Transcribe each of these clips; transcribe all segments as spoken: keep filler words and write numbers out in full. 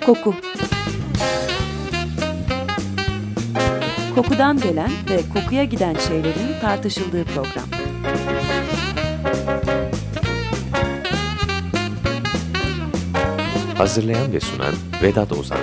Koku. Kokudan gelen ve kokuya giden şeylerin tartışıldığı program. Hazırlayan ve sunan Vedat Ozan.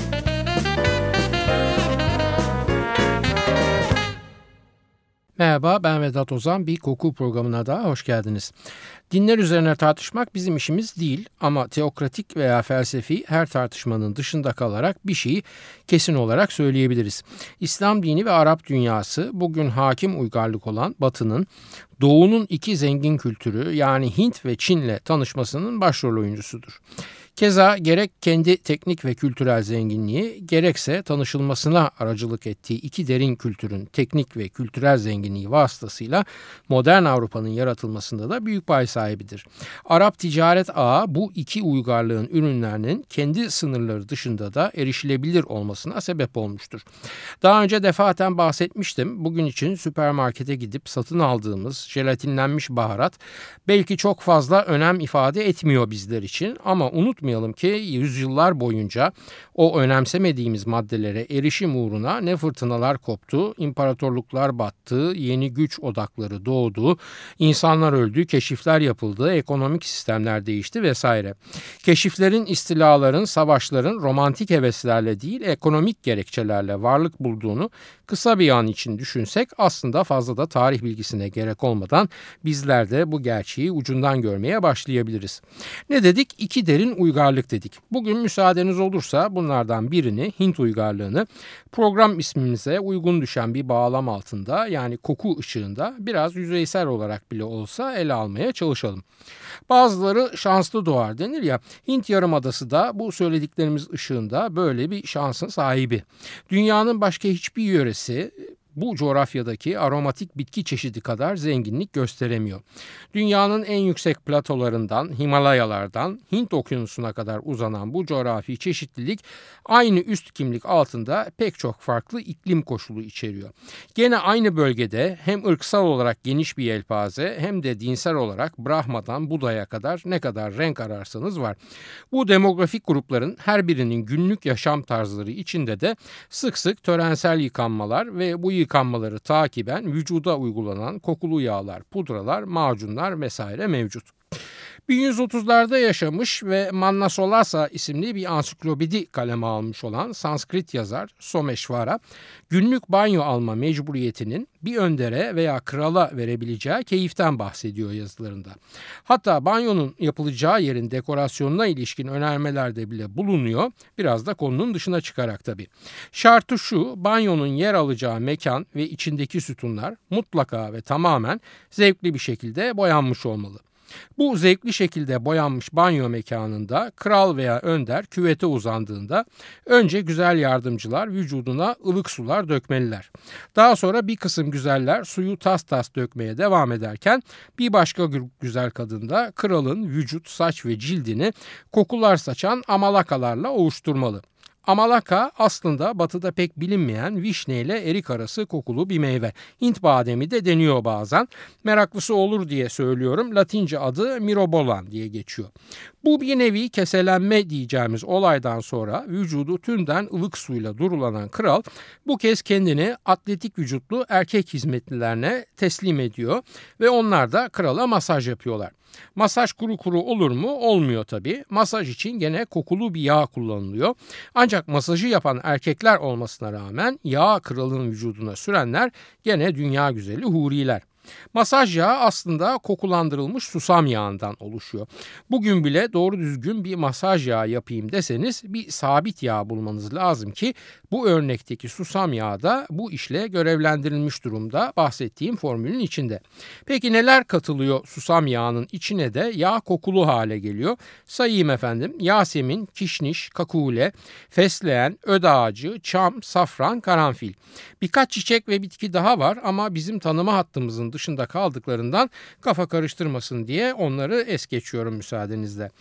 Merhaba, ben Vedat Ozan. Bir koku programına da hoş geldiniz. Dinler üzerine tartışmak bizim işimiz değil ama teokratik veya felsefi her tartışmanın dışında kalarak bir şeyi kesin olarak söyleyebiliriz. İslam dini ve Arap dünyası bugün hakim uygarlık olan Batı'nın Doğu'nun iki zengin kültürü yani Hint ve Çin'le tanışmasının başrol oyuncusudur. Keza gerek kendi teknik ve kültürel zenginliği gerekse tanışılmasına aracılık ettiği iki derin kültürün teknik ve kültürel zenginliği vasıtasıyla modern Avrupa'nın yaratılmasında da büyük pay sahibidir. Arap ticaret ağı bu iki uygarlığın ürünlerinin kendi sınırları dışında da erişilebilir olmasına sebep olmuştur. Daha önce defaten bahsetmiştim. Bugün için süpermarkete gidip satın aldığımız jelatinlenmiş baharat belki çok fazla önem ifade etmiyor bizler için ama unutmayalım ki yüzyıllar boyunca o önemsemediğimiz maddelere erişim uğruna ne fırtınalar koptu, imparatorluklar battı, yeni güç odakları doğdu, insanlar öldü, keşifler yapıldı, ekonomik sistemler değişti vesaire. Keşiflerin, istilaların, savaşların romantik heveslerle değil ekonomik gerekçelerle varlık bulduğunu kısa bir an için düşünsek aslında fazla da tarih bilgisine gerek olmadan bizler de bu gerçeği ucundan görmeye başlayabiliriz. Ne dedik? İki derin uygarlık dedik. Bugün müsaadeniz olursa bunlardan birini, Hint uygarlığını, program ismimize uygun düşen bir bağlam altında yani koku ışığında biraz yüzeysel olarak bile olsa ele almaya çalışalım. Bazıları şanslı doğar denir ya, Hint Yarımadası da bu söylediklerimiz ışığında böyle bir şansın sahibi. Dünyanın başka hiçbir yöresi bu coğrafyadaki aromatik bitki çeşidi kadar zenginlik gösteremiyor. Dünyanın en yüksek platolarından, Himalayalardan Hint Okyanusu'na kadar uzanan bu coğrafi çeşitlilik aynı üst kimlik altında pek çok farklı iklim koşulu içeriyor. Gene aynı bölgede hem ırksal olarak geniş bir yelpaze hem de dinsel olarak Brahma'dan Buda'ya kadar ne kadar renk ararsanız var. Bu demografik grupların her birinin günlük yaşam tarzları içinde de sık sık törensel yıkanmalar ve bu yıkanmaları takiben vücuda uygulanan kokulu yağlar, pudralar, macunlar vesaire mevcut. bin yüz otuzlarda yaşamış ve Mannasolasa isimli bir ansiklopedi kaleme almış olan Sanskrit yazar Someshvara, günlük banyo alma mecburiyetinin bir öndere veya krala verebileceği keyiften bahsediyor yazılarında. Hatta banyonun yapılacağı yerin dekorasyonuna ilişkin önermelerde bile bulunuyor, biraz da konunun dışına çıkarak tabii. Şartı şu, banyonun yer alacağı mekan ve içindeki sütunlar mutlaka ve tamamen zevkli bir şekilde boyanmış olmalı. Bu zevkli şekilde boyanmış banyo mekanında kral veya önder küvete uzandığında önce güzel yardımcılar vücuduna ılık sular dökmeliler. Daha sonra bir kısım güzeller suyu tas tas dökmeye devam ederken bir başka grup güzel kadın da kralın vücut, saç ve cildini kokular saçan amalakalarla ovuşturmalı. Amalaka aslında batıda pek bilinmeyen vişne ile erik arası kokulu bir meyve. Hint bademi de deniyor bazen. Meraklısı olur diye söylüyorum. Latince adı mirobolan diye geçiyor. Bu bir nevi keselenme diyeceğimiz olaydan sonra vücudu tümden ılık suyla durulanan kral bu kez kendini atletik vücutlu erkek hizmetlilerine teslim ediyor ve onlar da krala masaj yapıyorlar. Masaj kuru kuru olur mu? Olmuyor tabii. Masaj için gene kokulu bir yağ kullanılıyor. Ancak masajı yapan erkekler olmasına rağmen yağ kralın vücuduna sürenler gene dünya güzeli huriler. Masaj yağı aslında kokulandırılmış susam yağından oluşuyor. Bugün bile doğru düzgün bir masaj yağı yapayım deseniz bir sabit yağ bulmanız lazım ki bu örnekteki susam yağı da bu işle görevlendirilmiş durumda bahsettiğim formülün içinde. Peki neler katılıyor susam yağının içine de yağ kokulu hale geliyor? Sayayım efendim: yasemin, kişniş, kakule, fesleğen, öd ağacı, çam, safran, karanfil. Birkaç çiçek ve bitki daha var ama bizim tanıma hattımızın dışında kaldıklarından kafa karıştırmasın diye onları es geçiyorum müsaadenizle.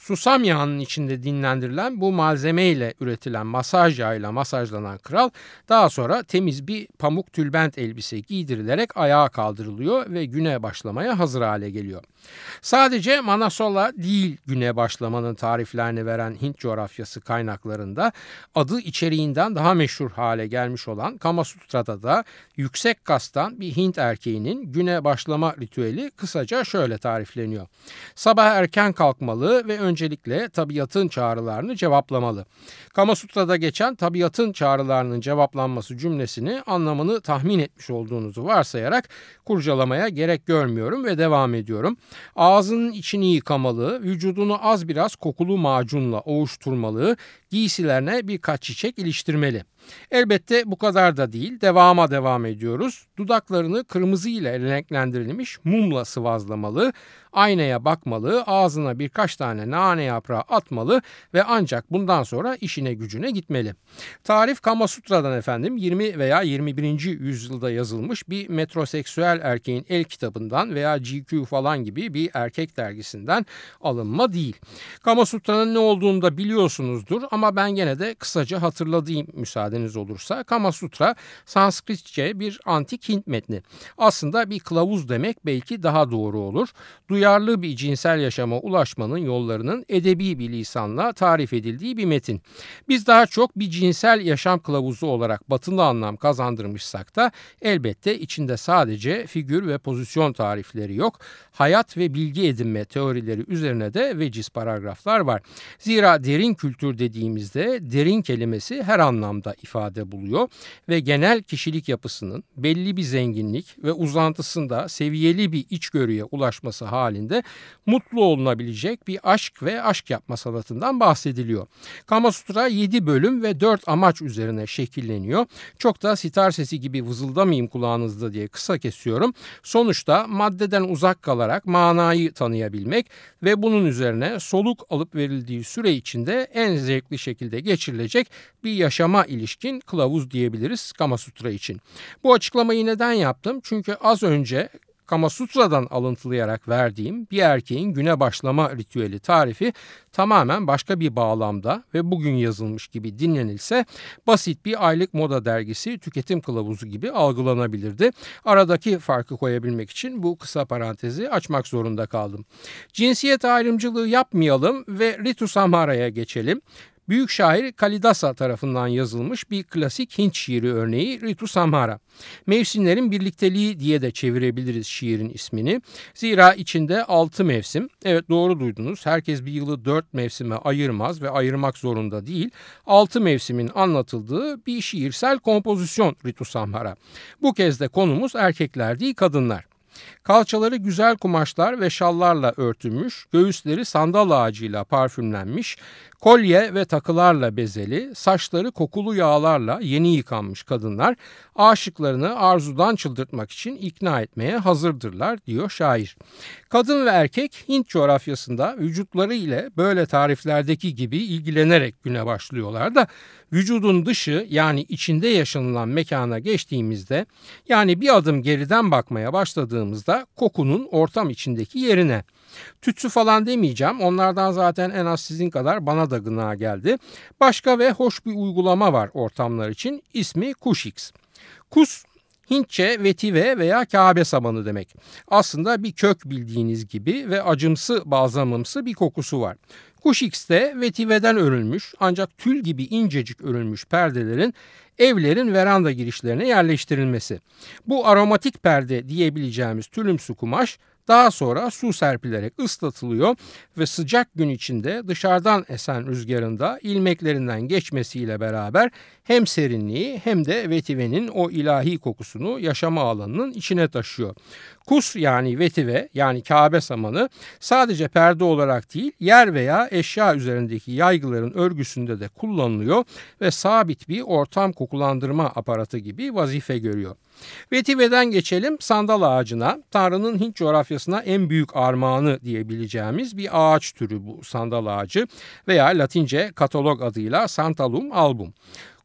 Susam yağının içinde dinlendirilen bu malzemeyle üretilen masaj yağıyla masajlanan kral daha sonra temiz bir pamuk tülbent elbise giydirilerek ayağa kaldırılıyor ve güne başlamaya hazır hale geliyor. Sadece Manasola değil güne başlamanın tariflerini veren Hint coğrafyası kaynaklarında adı içeriğinden daha meşhur hale gelmiş olan Kama Sutra'da da yüksek kastan bir Hint erkeğinin güne başlama ritüeli kısaca şöyle tarifleniyor. Sabah erken kalkmalı ve öncelikle tabiatın çağrılarını cevaplamalı. Kama Sutra'da geçen tabiatın çağrılarının cevaplanması cümlesini anlamını tahmin etmiş olduğunuzu varsayarak kurcalamaya gerek görmüyorum ve devam ediyorum. Ağzının içini yıkamalı, vücudunu az biraz kokulu macunla ovuşturmalı, giysilerine birkaç çiçek iliştirmeli. Elbette bu kadar da değil, devama devam ediyoruz. Dudaklarını kırmızı ile renklendirilmiş mumla sıvazlamalı, aynaya bakmalı, ağzına birkaç tane nane yaprağı atmalı ve ancak bundan sonra işine gücüne gitmeli. Tarif Kama Sutra'dan efendim yirmi veya yirmi birinci yüzyılda yazılmış bir metroseksüel erkeğin el kitabından veya G Q falan gibi bir erkek dergisinden alınma değil. Kama Sutra'nın ne olduğunu da biliyorsunuzdur ama ben gene de kısaca hatırladığım müsaadeniz olursa. Kama Sutra Sanskritçe bir antik Hint metni. Aslında bir kılavuz demek belki daha doğru olur. Duyarlı bir cinsel yaşama ulaşmanın yollarının edebi bir lisanla tarif edildiği bir metin. Biz daha çok bir cinsel yaşam kılavuzu olarak batılı anlam kazandırmışsak da elbette içinde sadece figür ve pozisyon tarifleri yok. Hayat ve bilgi edinme teorileri üzerine de veciz paragraflar var. Zira derin kültür dediğimizde derin kelimesi her anlamda ifade buluyor ve genel kişilik yapısının belli bir zenginlik ve uzantısında seviyeli bir içgörüye ulaşması halinde mutlu olunabilecek bir aşk ve aşk yapma sanatından bahsediliyor. Kama Sutra yedi bölüm ve dört amaç üzerine şekilleniyor. Çok da sitar sesi gibi vızıldamayayım kulağınızda diye kısa kesiyorum. Sonuçta maddeden uzak kalarak manayı tanıyabilmek ve bunun üzerine soluk alıp verildiği süre içinde en zevkli şekilde geçirilecek bir yaşama ilişkin kılavuz diyebiliriz Kama Sutra için. Bu açıklamayı neden yaptım? Çünkü az önce Kama Sutra'dan alıntılayarak verdiğim bir erkeğin güne başlama ritüeli tarifi tamamen başka bir bağlamda ve bugün yazılmış gibi dinlenilse basit bir aylık moda dergisi tüketim kılavuzu gibi algılanabilirdi. Aradaki farkı koyabilmek için bu kısa parantezi açmak zorunda kaldım. Cinsiyet ayrımcılığı yapmayalım ve Ritu Samhara'ya geçelim. Büyük şair Kalidasa tarafından yazılmış bir klasik Hint şiiri örneği Ritu Samhara. Mevsimlerin birlikteliği diye de çevirebiliriz şiirin ismini. Zira içinde altı mevsim, evet doğru duydunuz, herkes bir yılı dört mevsime ayırmaz ve ayırmak zorunda değil. Altı mevsimin anlatıldığı bir şiirsel kompozisyon Ritu Samhara. Bu kez de konumuz erkekler değil kadınlar. Kalçaları güzel kumaşlar ve şallarla örtülmüş, göğüsleri sandal ağacıyla parfümlenmiş, kolye ve takılarla bezeli, saçları kokulu yağlarla yeni yıkanmış kadınlar aşıklarını arzudan çıldırtmak için ikna etmeye hazırdırlar diyor şair. Kadın ve erkek Hint coğrafyasında vücutları ile böyle tariflerdeki gibi ilgilenerek güne başlıyorlar da vücudun dışı yani içinde yaşanılan mekana geçtiğimizde yani bir adım geriden bakmaya başladığımızda kokunun ortam içindeki yerine. Tütsü falan demeyeceğim. Onlardan zaten en az sizin kadar bana da gına geldi. Başka ve hoş bir uygulama var ortamlar için. İsmi Kushix. Kus Hintçe vetive veya Kabe samanı demek. Aslında bir kök bildiğiniz gibi ve acımsı balzamımsı bir kokusu var. Kushix'te vetiveden örülmüş ancak tül gibi incecik örülmüş perdelerin evlerin veranda girişlerine yerleştirilmesi. Bu aromatik perde diyebileceğimiz tülümsü kumaş daha sonra su serpilerek ıslatılıyor ve sıcak gün içinde dışarıdan esen rüzgarında ilmeklerinden geçmesiyle beraber hem serinliği hem de vetivenin o ilahi kokusunu yaşama alanının içine taşıyor. Kus yani vetive yani Kabe samanı sadece perde olarak değil yer veya eşya üzerindeki yaygıların örgüsünde de kullanılıyor ve sabit bir ortam kokulandırma aparatı gibi vazife görüyor. Vetiveden geçelim sandal ağacına. Tanrı'nın Hint coğrafyasına en büyük armağanı diyebileceğimiz bir ağaç türü bu sandal ağacı veya Latince katalog adıyla Santalum album.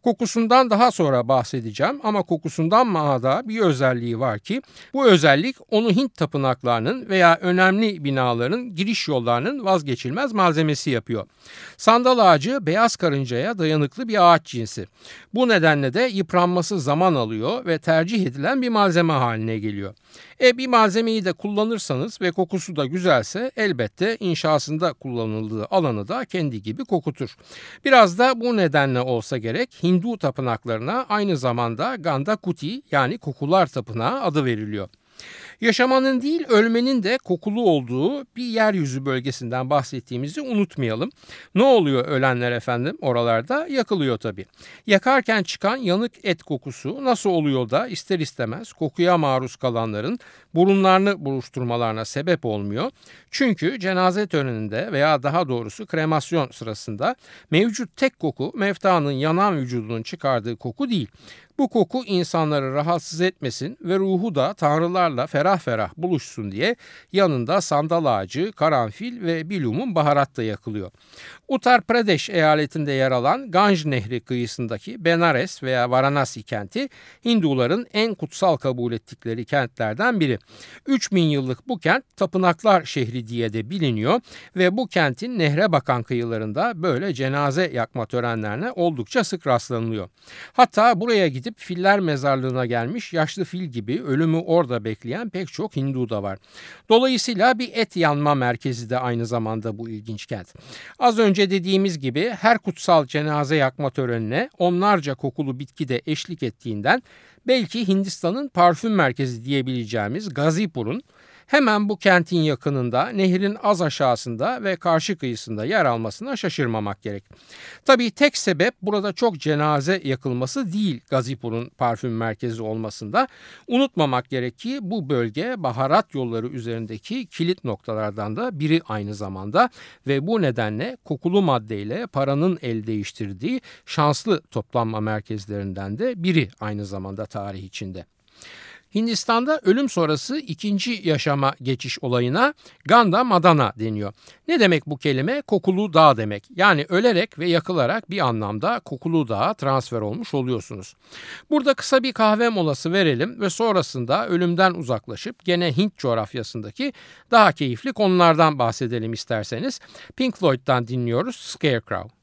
Kokusundan daha sonra bahsedeceğim ama kokusundan mağada bir özelliği var ki bu özellik onu Hint tapınaklarının veya önemli binaların giriş yollarının vazgeçilmez malzemesi yapıyor. Sandal ağacı beyaz karıncaya dayanıklı bir ağaç cinsi. Bu nedenle de yıpranması zaman alıyor ve tercih edilen bir malzeme haline geliyor. E bir malzemeyi de kullanırsanız ve kokusu da güzelse elbette inşasında kullanıldığı alanı da kendi gibi kokutur. Biraz da bu nedenle olsa gerek Hindu tapınaklarına aynı zamanda Gandakuti yani kokular tapınağı adı veriliyor. Yaşamanın değil ölmenin de kokulu olduğu bir yeryüzü bölgesinden bahsettiğimizi unutmayalım. Ne oluyor ölenler efendim oralarda? Yakılıyor tabii. Yakarken çıkan yanık et kokusu nasıl oluyor da ister istemez kokuya maruz kalanların burunlarını buruşturmalarına sebep olmuyor. Çünkü cenaze töreninde veya daha doğrusu kremasyon sırasında mevcut tek koku meftanın yanan vücudunun çıkardığı koku değil. Bu koku insanları rahatsız etmesin ve ruhu da tanrılarla ferah ferah buluşsun diye yanında sandal ağacı, karanfil ve bilumun baharat da yakılıyor. Uttar Pradesh eyaletinde yer alan Ganj Nehri kıyısındaki Benares veya Varanasi kenti Hinduların en kutsal kabul ettikleri kentlerden biri. üç bin yıllık bu kent tapınaklar şehri diye de biliniyor ve bu kentin nehre bakan kıyılarında böyle cenaze yakma törenlerine oldukça sık rastlanılıyor. Hatta buraya gidip filler mezarlığına gelmiş yaşlı fil gibi ölümü orada bekleyen pek çok Hindu da var. Dolayısıyla bir et yanma merkezi de aynı zamanda bu ilginç kent. Az önce dediğimiz gibi her kutsal cenaze yakma törenine onlarca kokulu bitki de eşlik ettiğinden belki Hindistan'ın parfüm merkezi diyebileceğimiz Gazipur'un hemen bu kentin yakınında nehrin az aşağısında ve karşı kıyısında yer almasına şaşırmamak gerek. Tabii tek sebep burada çok cenaze yakılması değil Gazipur'un parfüm merkezi olmasında. Unutmamak gerek ki bu bölge baharat yolları üzerindeki kilit noktalardan da biri aynı zamanda ve bu nedenle kokulu maddeyle paranın el değiştirdiği şanslı toplanma merkezlerinden de biri aynı zamanda tarih içinde. Hindistan'da ölüm sonrası ikinci yaşama geçiş olayına Ganda Madana deniyor. Ne demek bu kelime? Kokulu dağ demek. Yani ölerek ve yakılarak bir anlamda kokulu dağa transfer olmuş oluyorsunuz. Burada kısa bir kahve molası verelim ve sonrasında ölümden uzaklaşıp gene Hint coğrafyasındaki daha keyifli konulardan bahsedelim isterseniz. Pink Floyd'dan dinliyoruz Scarecrow.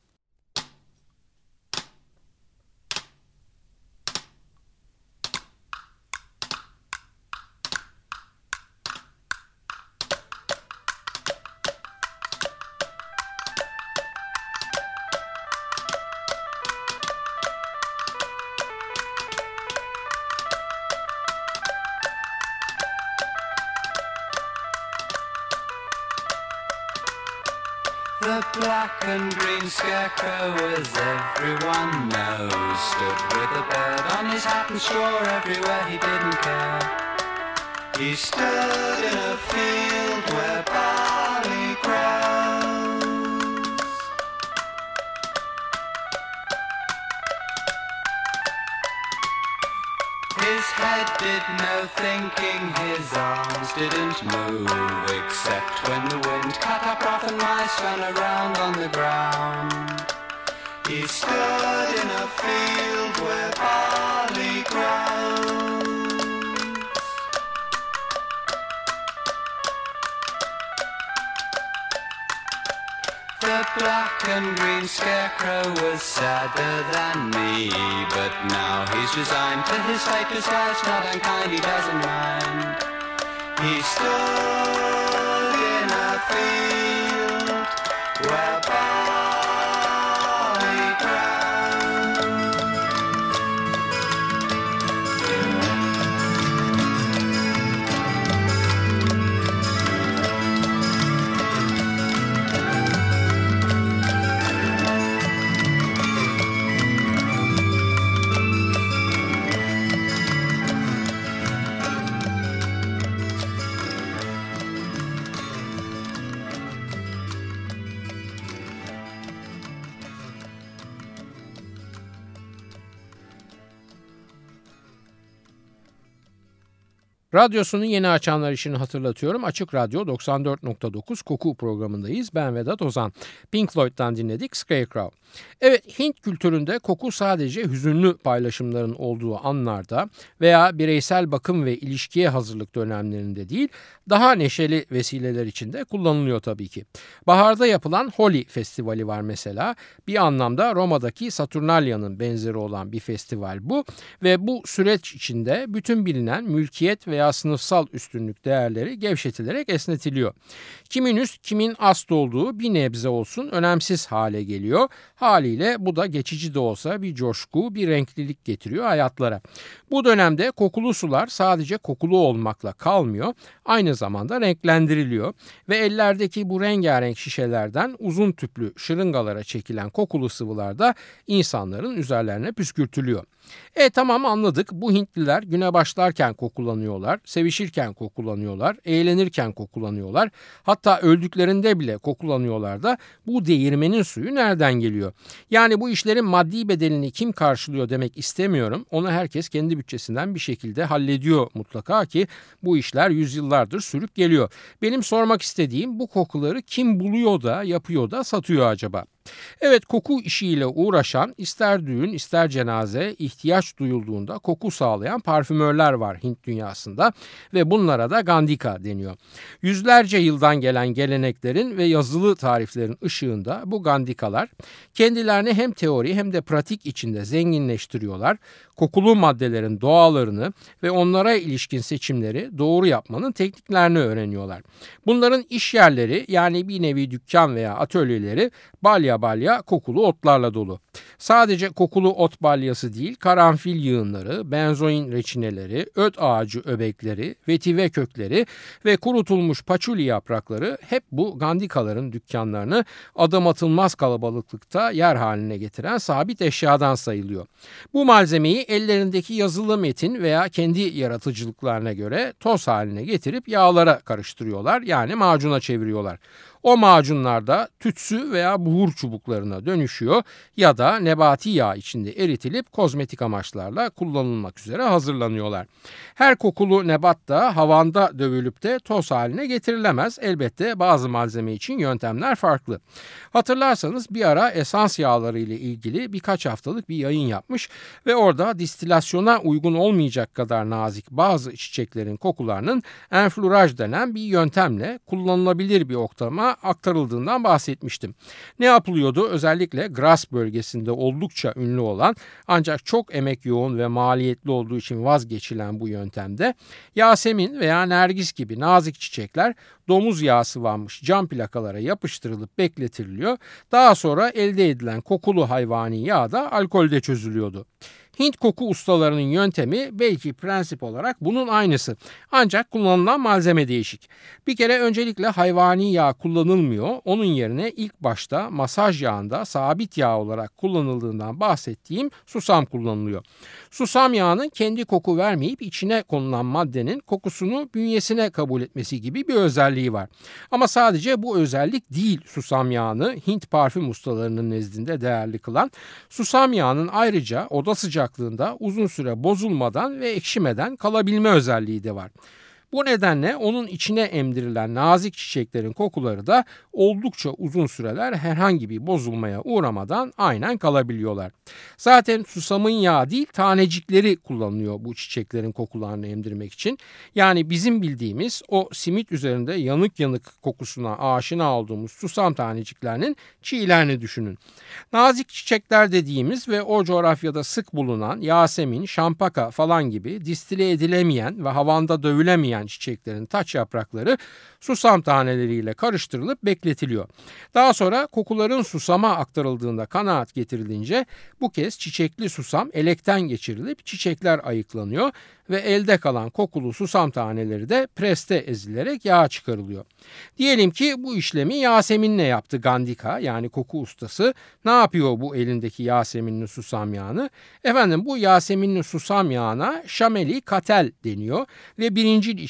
The black and green scarecrow, as everyone knows, stood with a bird on his hat and straw everywhere, he didn't care. He stood in a field where barley grows. His head did no thinking, his arms didn't move, except when the wind cut up rough and mice ran around on the ground. He stood in a field where barley grows. The black and green scarecrow was sadder than me, but now he's resigned to his fate, 'cause life's not unkind, he doesn't mind. He stood in a field where barley grows. Radyosunu yeni açanlar için hatırlatıyorum. Açık Radyo doksan dört nokta dokuz Koku programındayız. Ben Vedat Ozan. Pink Floyd'dan dinledik Scarecrow. Evet, Hint kültüründe koku sadece hüzünlü paylaşımların olduğu anlarda veya bireysel bakım ve ilişkiye hazırlık dönemlerinde değil, daha neşeli vesileler için de kullanılıyor tabii ki. Baharda yapılan Holi Festivali var mesela. Bir anlamda Roma'daki Saturnalia'nın benzeri olan bir festival bu ve bu süreç içinde bütün bilinen mülkiyet veya sınıfsal üstünlük değerleri gevşetilerek esnetiliyor. Kimin üst, kimin ast olduğu bir nebze olsun önemsiz hale geliyor. Haliyle bu da geçici de olsa bir coşku, bir renklilik getiriyor hayatlara. Bu dönemde kokulu sular sadece kokulu olmakla kalmıyor, aynı zamanda renklendiriliyor ve ellerdeki bu rengarenk şişelerden uzun tüplü şırıngalara çekilen kokulu sıvılar da insanların üzerlerine püskürtülüyor. E tamam, anladık, bu Hintliler güne başlarken kokulanıyorlar, sevişirken kokulanıyorlar, eğlenirken kokulanıyorlar, hatta öldüklerinde bile kokulanıyorlar da bu değirmenin suyu nereden geliyor? Yani bu işlerin maddi bedelini kim karşılıyor demek istemiyorum. Onu herkes kendi bütçesinden bir şekilde hallediyor mutlaka ki bu işler yüzyıllardır sürüp geliyor. Benim sormak istediğim, bu kokuları kim buluyor da yapıyor da satıyor acaba? Evet, koku işiyle uğraşan, ister düğün ister cenaze, ihtiyaç duyulduğunda koku sağlayan parfümörler var Hint dünyasında ve bunlara da Gandhika deniyor. Yüzlerce yıldan gelen geleneklerin ve yazılı tariflerin ışığında bu Gandhikalar kendilerini hem teori hem de pratik içinde zenginleştiriyorlar. Kokulu maddelerin doğalarını ve onlara ilişkin seçimleri doğru yapmanın tekniklerini öğreniyorlar. Bunların iş yerleri, yani bir nevi dükkan veya atölyeleri balya balya kokulu otlarla dolu. Sadece kokulu ot balyası değil, karanfil yığınları, benzoin reçineleri, öt ağacı öbekleri, vetiver kökleri ve kurutulmuş paçuli yaprakları hep bu Gandhikaların dükkanlarını adım atılmaz kalabalıklıkta yer haline getiren sabit eşyadan sayılıyor. Bu malzemeyi ellerindeki yazılı metin veya kendi yaratıcılıklarına göre toz haline getirip yağlara karıştırıyorlar, yani macuna çeviriyorlar. O macunlar da tütsü veya buhur çubuklarına dönüşüyor ya da nebati yağ içinde eritilip kozmetik amaçlarla kullanılmak üzere hazırlanıyorlar. Her kokulu nebat da havanda dövülüp de toz haline getirilemez. Elbette bazı malzeme için yöntemler farklı. Hatırlarsanız bir ara esans yağları ile ilgili birkaç haftalık bir yayın yapmış ve orada distilasyona uygun olmayacak kadar nazik bazı çiçeklerin kokularının enfluraj denen bir yöntemle kullanılabilir bir ortama aktarıldığından bahsetmiştim. Ne yapılıyordu? Özellikle Gras bölgesinde oldukça ünlü olan ancak çok emek yoğun ve maliyetli olduğu için vazgeçilen bu yöntemde Yasemin veya Nergis gibi nazik çiçekler domuz yağı sıvanmış cam plakalara yapıştırılıp bekletiriliyor. Daha sonra elde edilen kokulu hayvani yağ da alkolde çözülüyordu. Hint koku ustalarının yöntemi belki prensip olarak bunun aynısı. Ancak kullanılan malzeme değişik. Bir kere öncelikle hayvani yağ kullanılmıyor. Onun yerine ilk başta masaj yağında sabit yağ olarak kullanıldığından bahsettiğim susam kullanılıyor. Susam yağının kendi koku vermeyip içine konulan maddenin kokusunu bünyesine kabul etmesi gibi bir özelliği var. Ama sadece bu özellik değil susam yağını Hint parfüm ustalarının nezdinde değerli kılan. Susam yağının ayrıca oda sıcaklığında uzun süre bozulmadan ve ekşimeden kalabilme özelliği de var. Bu nedenle onun içine emdirilen nazik çiçeklerin kokuları da oldukça uzun süreler herhangi bir bozulmaya uğramadan aynen kalabiliyorlar. Zaten susamın yağı değil, tanecikleri kullanılıyor bu çiçeklerin kokularını emdirmek için. Yani bizim bildiğimiz o simit üzerinde yanık yanık kokusuna aşina olduğumuz susam taneciklerinin çiğlerini düşünün. Nazik çiçekler dediğimiz ve o coğrafyada sık bulunan Yasemin, şampaka falan gibi distile edilemeyen ve havanda dövülemeyen çiçeklerin taç yaprakları susam taneleriyle karıştırılıp bekletiliyor. Daha sonra kokuların susama aktarıldığında kanaat getirilince bu kez çiçekli susam elekten geçirilip çiçekler ayıklanıyor ve elde kalan kokulu susam taneleri de preste ezilerek yağa çıkarılıyor. Diyelim ki bu işlemi Yasemin'le yaptı Gandhika, yani koku ustası. Ne yapıyor bu elindeki Yasemin'li susam yağını? Efendim, bu Yasemin'li susam yağına şameli katel deniyor ve birincil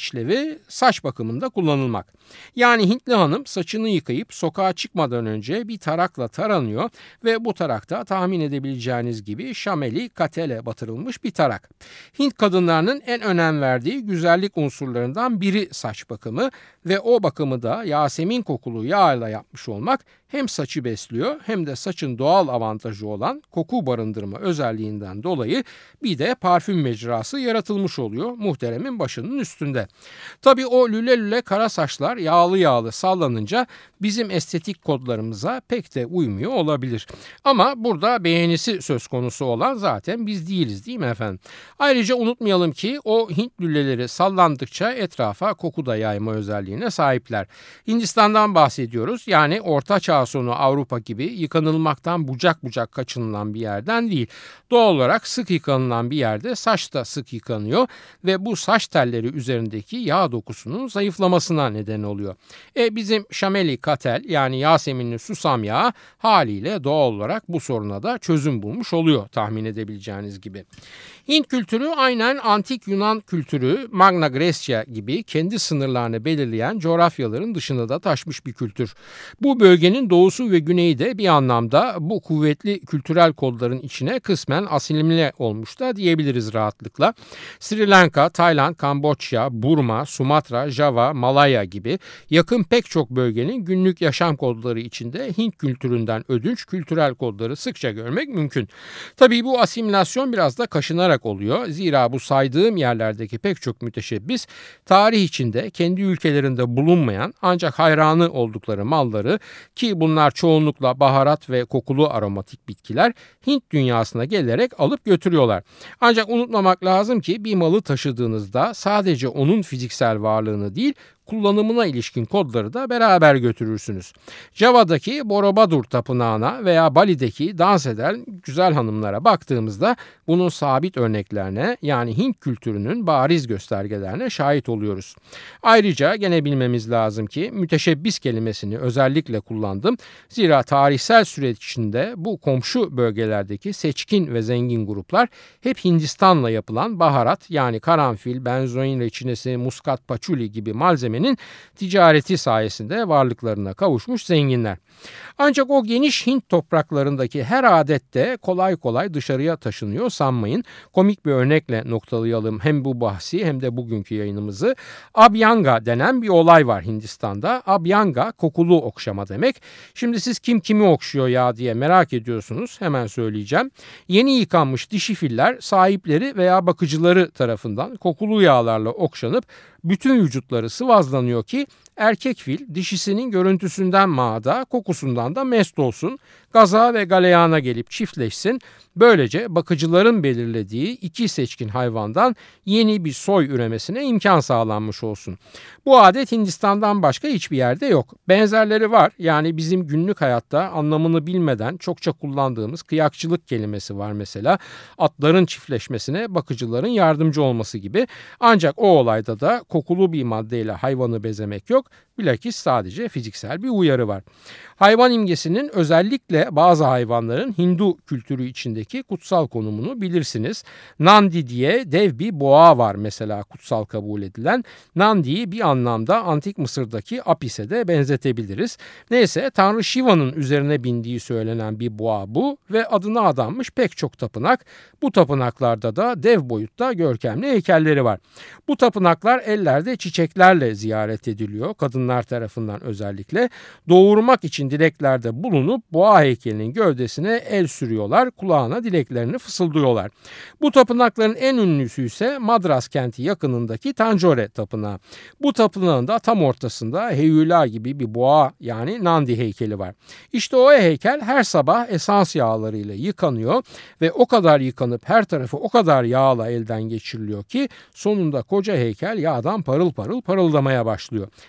işlevi saç bakımında kullanılmak. Yani Hintli hanım saçını yıkayıp sokağa çıkmadan önce bir tarakla taranıyor ve bu tarakta tahmin edebileceğiniz gibi şameli katele batırılmış bir tarak. Hint kadınlarının en önem verdiği güzellik unsurlarından biri saç bakımı ve o bakımı da Yasemin kokulu yağla yapmış olmak hem saçı besliyor hem de saçın doğal avantajı olan koku barındırma özelliğinden dolayı bir de parfüm mecrası yaratılmış oluyor muhteremin başının üstünde. Tabii o lüle lüle kara saçlar yağlı yağlı sallanınca bizim estetik kodlarımıza pek de uymuyor olabilir. Ama burada beğenisi söz konusu olan zaten biz değiliz, değil mi efendim? Ayrıca unutmayalım ki o Hint lüleleri sallandıkça etrafa koku da yayma özelliğine sahipler. Hindistan'dan bahsediyoruz, yani Orta Çağ sonu Avrupa gibi yıkanılmaktan bucak bucak kaçınılan bir yerden değil. Doğal olarak sık yıkanılan bir yerde saç da sık yıkanıyor ve bu saç telleri üzerindeki yağ dokusunun zayıflamasına neden oluyor. E bizim şameli katel yani Yaseminli susam yağı haliyle doğal olarak bu soruna da çözüm bulmuş oluyor tahmin edebileceğiniz gibi. Hint kültürü aynen antik Yunan kültürü, Magna Graecia gibi kendi sınırlarını belirleyen coğrafyaların dışında da taşmış bir kültür. Bu bölgenin doğusu ve güneyi de bir anlamda bu kuvvetli kültürel kodların içine kısmen asimile olmuş da diyebiliriz rahatlıkla. Sri Lanka, Tayland, Kamboçya, Burma, Sumatra, Java, Malaya gibi yakın pek çok bölgenin günlük yaşam kodları içinde Hint kültüründen ödünç kültürel kodları sıkça görmek mümkün. Tabii bu asimilasyon biraz da kaşınarak oluyor. Zira bu saydığım yerlerdeki pek çok müteşebbis tarih içinde kendi ülkelerinde bulunmayan ancak hayranı oldukları malları, ki bunlar çoğunlukla baharat ve kokulu aromatik bitkiler, Hint dünyasına gelerek alıp götürüyorlar. Ancak unutmamak lazım ki bir malı taşıdığınızda sadece onun fiziksel varlığını değil, kullanımına ilişkin kodları da beraber götürürsünüz. Java'daki Borobudur tapınağına veya Bali'deki dans eden güzel hanımlara baktığımızda bunun sabit örneklerine, yani Hint kültürünün bariz göstergelerine şahit oluyoruz. Ayrıca gene bilmemiz lazım ki müteşebbis kelimesini özellikle kullandım. Zira tarihsel süreç içinde bu komşu bölgelerdeki seçkin ve zengin gruplar hep Hindistan'la yapılan baharat, yani karanfil, benzoin reçinesi, muskat paçuli gibi malzeme ticareti sayesinde varlıklarına kavuşmuş zenginler. Ancak o geniş Hint topraklarındaki her adet de kolay kolay dışarıya taşınıyor sanmayın. Komik bir örnekle noktalayalım hem bu bahsi hem de bugünkü yayınımızı. Abhyanga denen bir olay var Hindistan'da. Abhyanga kokulu okşama demek. Şimdi siz kim kimi okşuyor ya diye merak ediyorsunuz. Hemen söyleyeceğim. Yeni yıkanmış dişi filler sahipleri veya bakıcıları tarafından kokulu yağlarla okşanıp bütün vücutları sıvazlanıyor ki erkek fil dişisinin görüntüsünden maada, kokusundan da mest olsun, gaza ve galeyana gelip çiftleşsin. Böylece bakıcıların belirlediği iki seçkin hayvandan yeni bir soy üremesine imkan sağlanmış olsun. Bu adet Hindistan'dan başka hiçbir yerde yok. Benzerleri var. Yani bizim günlük hayatta anlamını bilmeden çokça kullandığımız kıyakçılık kelimesi var mesela. Atların çiftleşmesine bakıcıların yardımcı olması gibi. Ancak o olayda da kokulu bir maddeyle hayvanı bezemek yok. Bilakis sadece fiziksel bir uyarı var. Hayvan imgesinin özellikle bazı hayvanların Hindu kültürü içindeki kutsal konumunu bilirsiniz. Nandi diye dev bir boğa var mesela kutsal kabul edilen. Nandi'yi bir anlamda antik Mısır'daki Apis'e de benzetebiliriz. Neyse, Tanrı Shiva'nın üzerine bindiği söylenen bir boğa bu ve adına adanmış pek çok tapınak. Bu tapınaklarda da dev boyutta görkemli heykelleri var. Bu tapınaklar ellerde çiçeklerle ziyaret ediliyor. Kadınlar tarafından özellikle. Doğurmak için dileklerde bulunup boğa heykelinin gövdesine el sürüyorlar, kulağına dileklerini fısıldıyorlar. Bu tapınakların en ünlüsü ise Madras kenti yakınındaki Tanjore tapınağı. Bu tapınağın da tam ortasında Heyula gibi bir boğa, yani Nandi heykeli var. İşte o heykel her sabah esans yağlarıyla yıkanıyor ve o kadar yıkanıp her tarafı o kadar yağla elden geçiriliyor ki sonunda koca heykel yağdan parıl parıl parıldamaya başlıyor. Elbette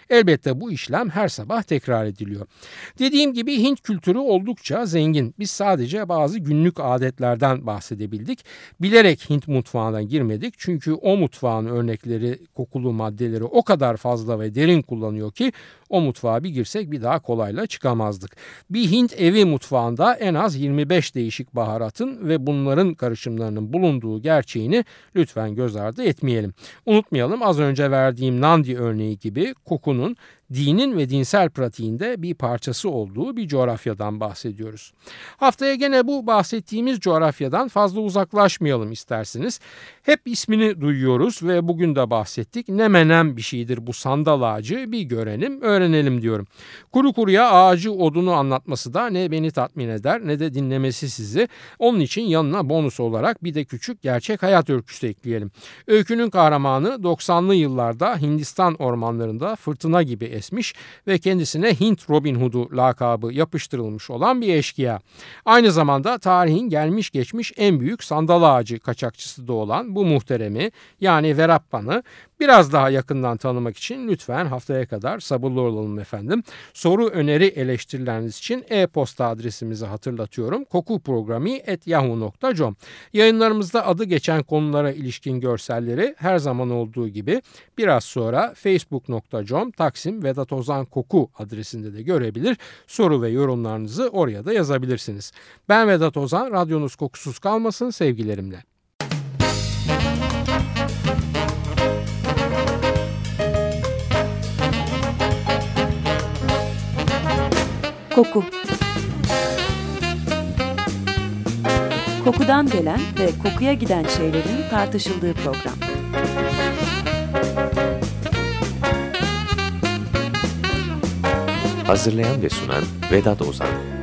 Genellikle bu işlem her sabah tekrar ediliyor. Dediğim gibi Hint kültürü oldukça zengin. Biz sadece bazı günlük adetlerden bahsedebildik. Bilerek Hint mutfağına girmedik. Çünkü o mutfağın örnekleri, kokulu maddeleri o kadar fazla ve derin kullanıyor ki o mutfağa bir girsek bir daha kolayla çıkamazdık. Bir Hint evi mutfağında en az yirmi beş değişik baharatın ve bunların karışımlarının bulunduğu gerçeğini lütfen göz ardı etmeyelim. Unutmayalım, az önce verdiğim Nandi örneği gibi kokunun dinin ve dinsel pratiğinde bir parçası olduğu bir coğrafyadan bahsediyoruz. Haftaya gene bu bahsettiğimiz coğrafyadan fazla uzaklaşmayalım isterseniz. Hep ismini duyuyoruz ve bugün de bahsettik. Ne menem bir şeydir bu sandal ağacı, bir görelim, öğrenelim diyorum. Kuru kuruya ağacı odunu anlatması da ne beni tatmin eder ne de dinlemesi sizi. Onun için yanına bonus olarak bir de küçük gerçek hayat öyküsü ekleyelim. Öykünün kahramanı doksanlı yıllarda Hindistan ormanlarında fırtına gibi esmiş ve kendisine Hint Robin Hood'u lakabı yapıştırılmış olan bir eşkıya. Aynı zamanda tarihin gelmiş geçmiş en büyük sandal ağacı kaçakçısı da olan bu muhteremi yani Verappa'nı biraz daha yakından tanımak için lütfen haftaya kadar sabırlı olalım efendim. Soru, öneri, eleştirileriniz için e-posta adresimizi hatırlatıyorum. kokuprogrami at yahoo nokta com. Yayınlarımızda adı geçen konulara ilişkin görselleri her zaman olduğu gibi biraz sonra facebook nokta com Taksim Vedat Ozan Koku adresinde de görebilir. Soru ve yorumlarınızı oraya da yazabilirsiniz. Ben Vedat Ozan, radyonuz kokusuz kalmasın sevgilerimle. Koku. Kokudan gelen ve kokuya giden şeylerin tartışıldığı program. Hazırlayan ve sunan Vedat Ozan.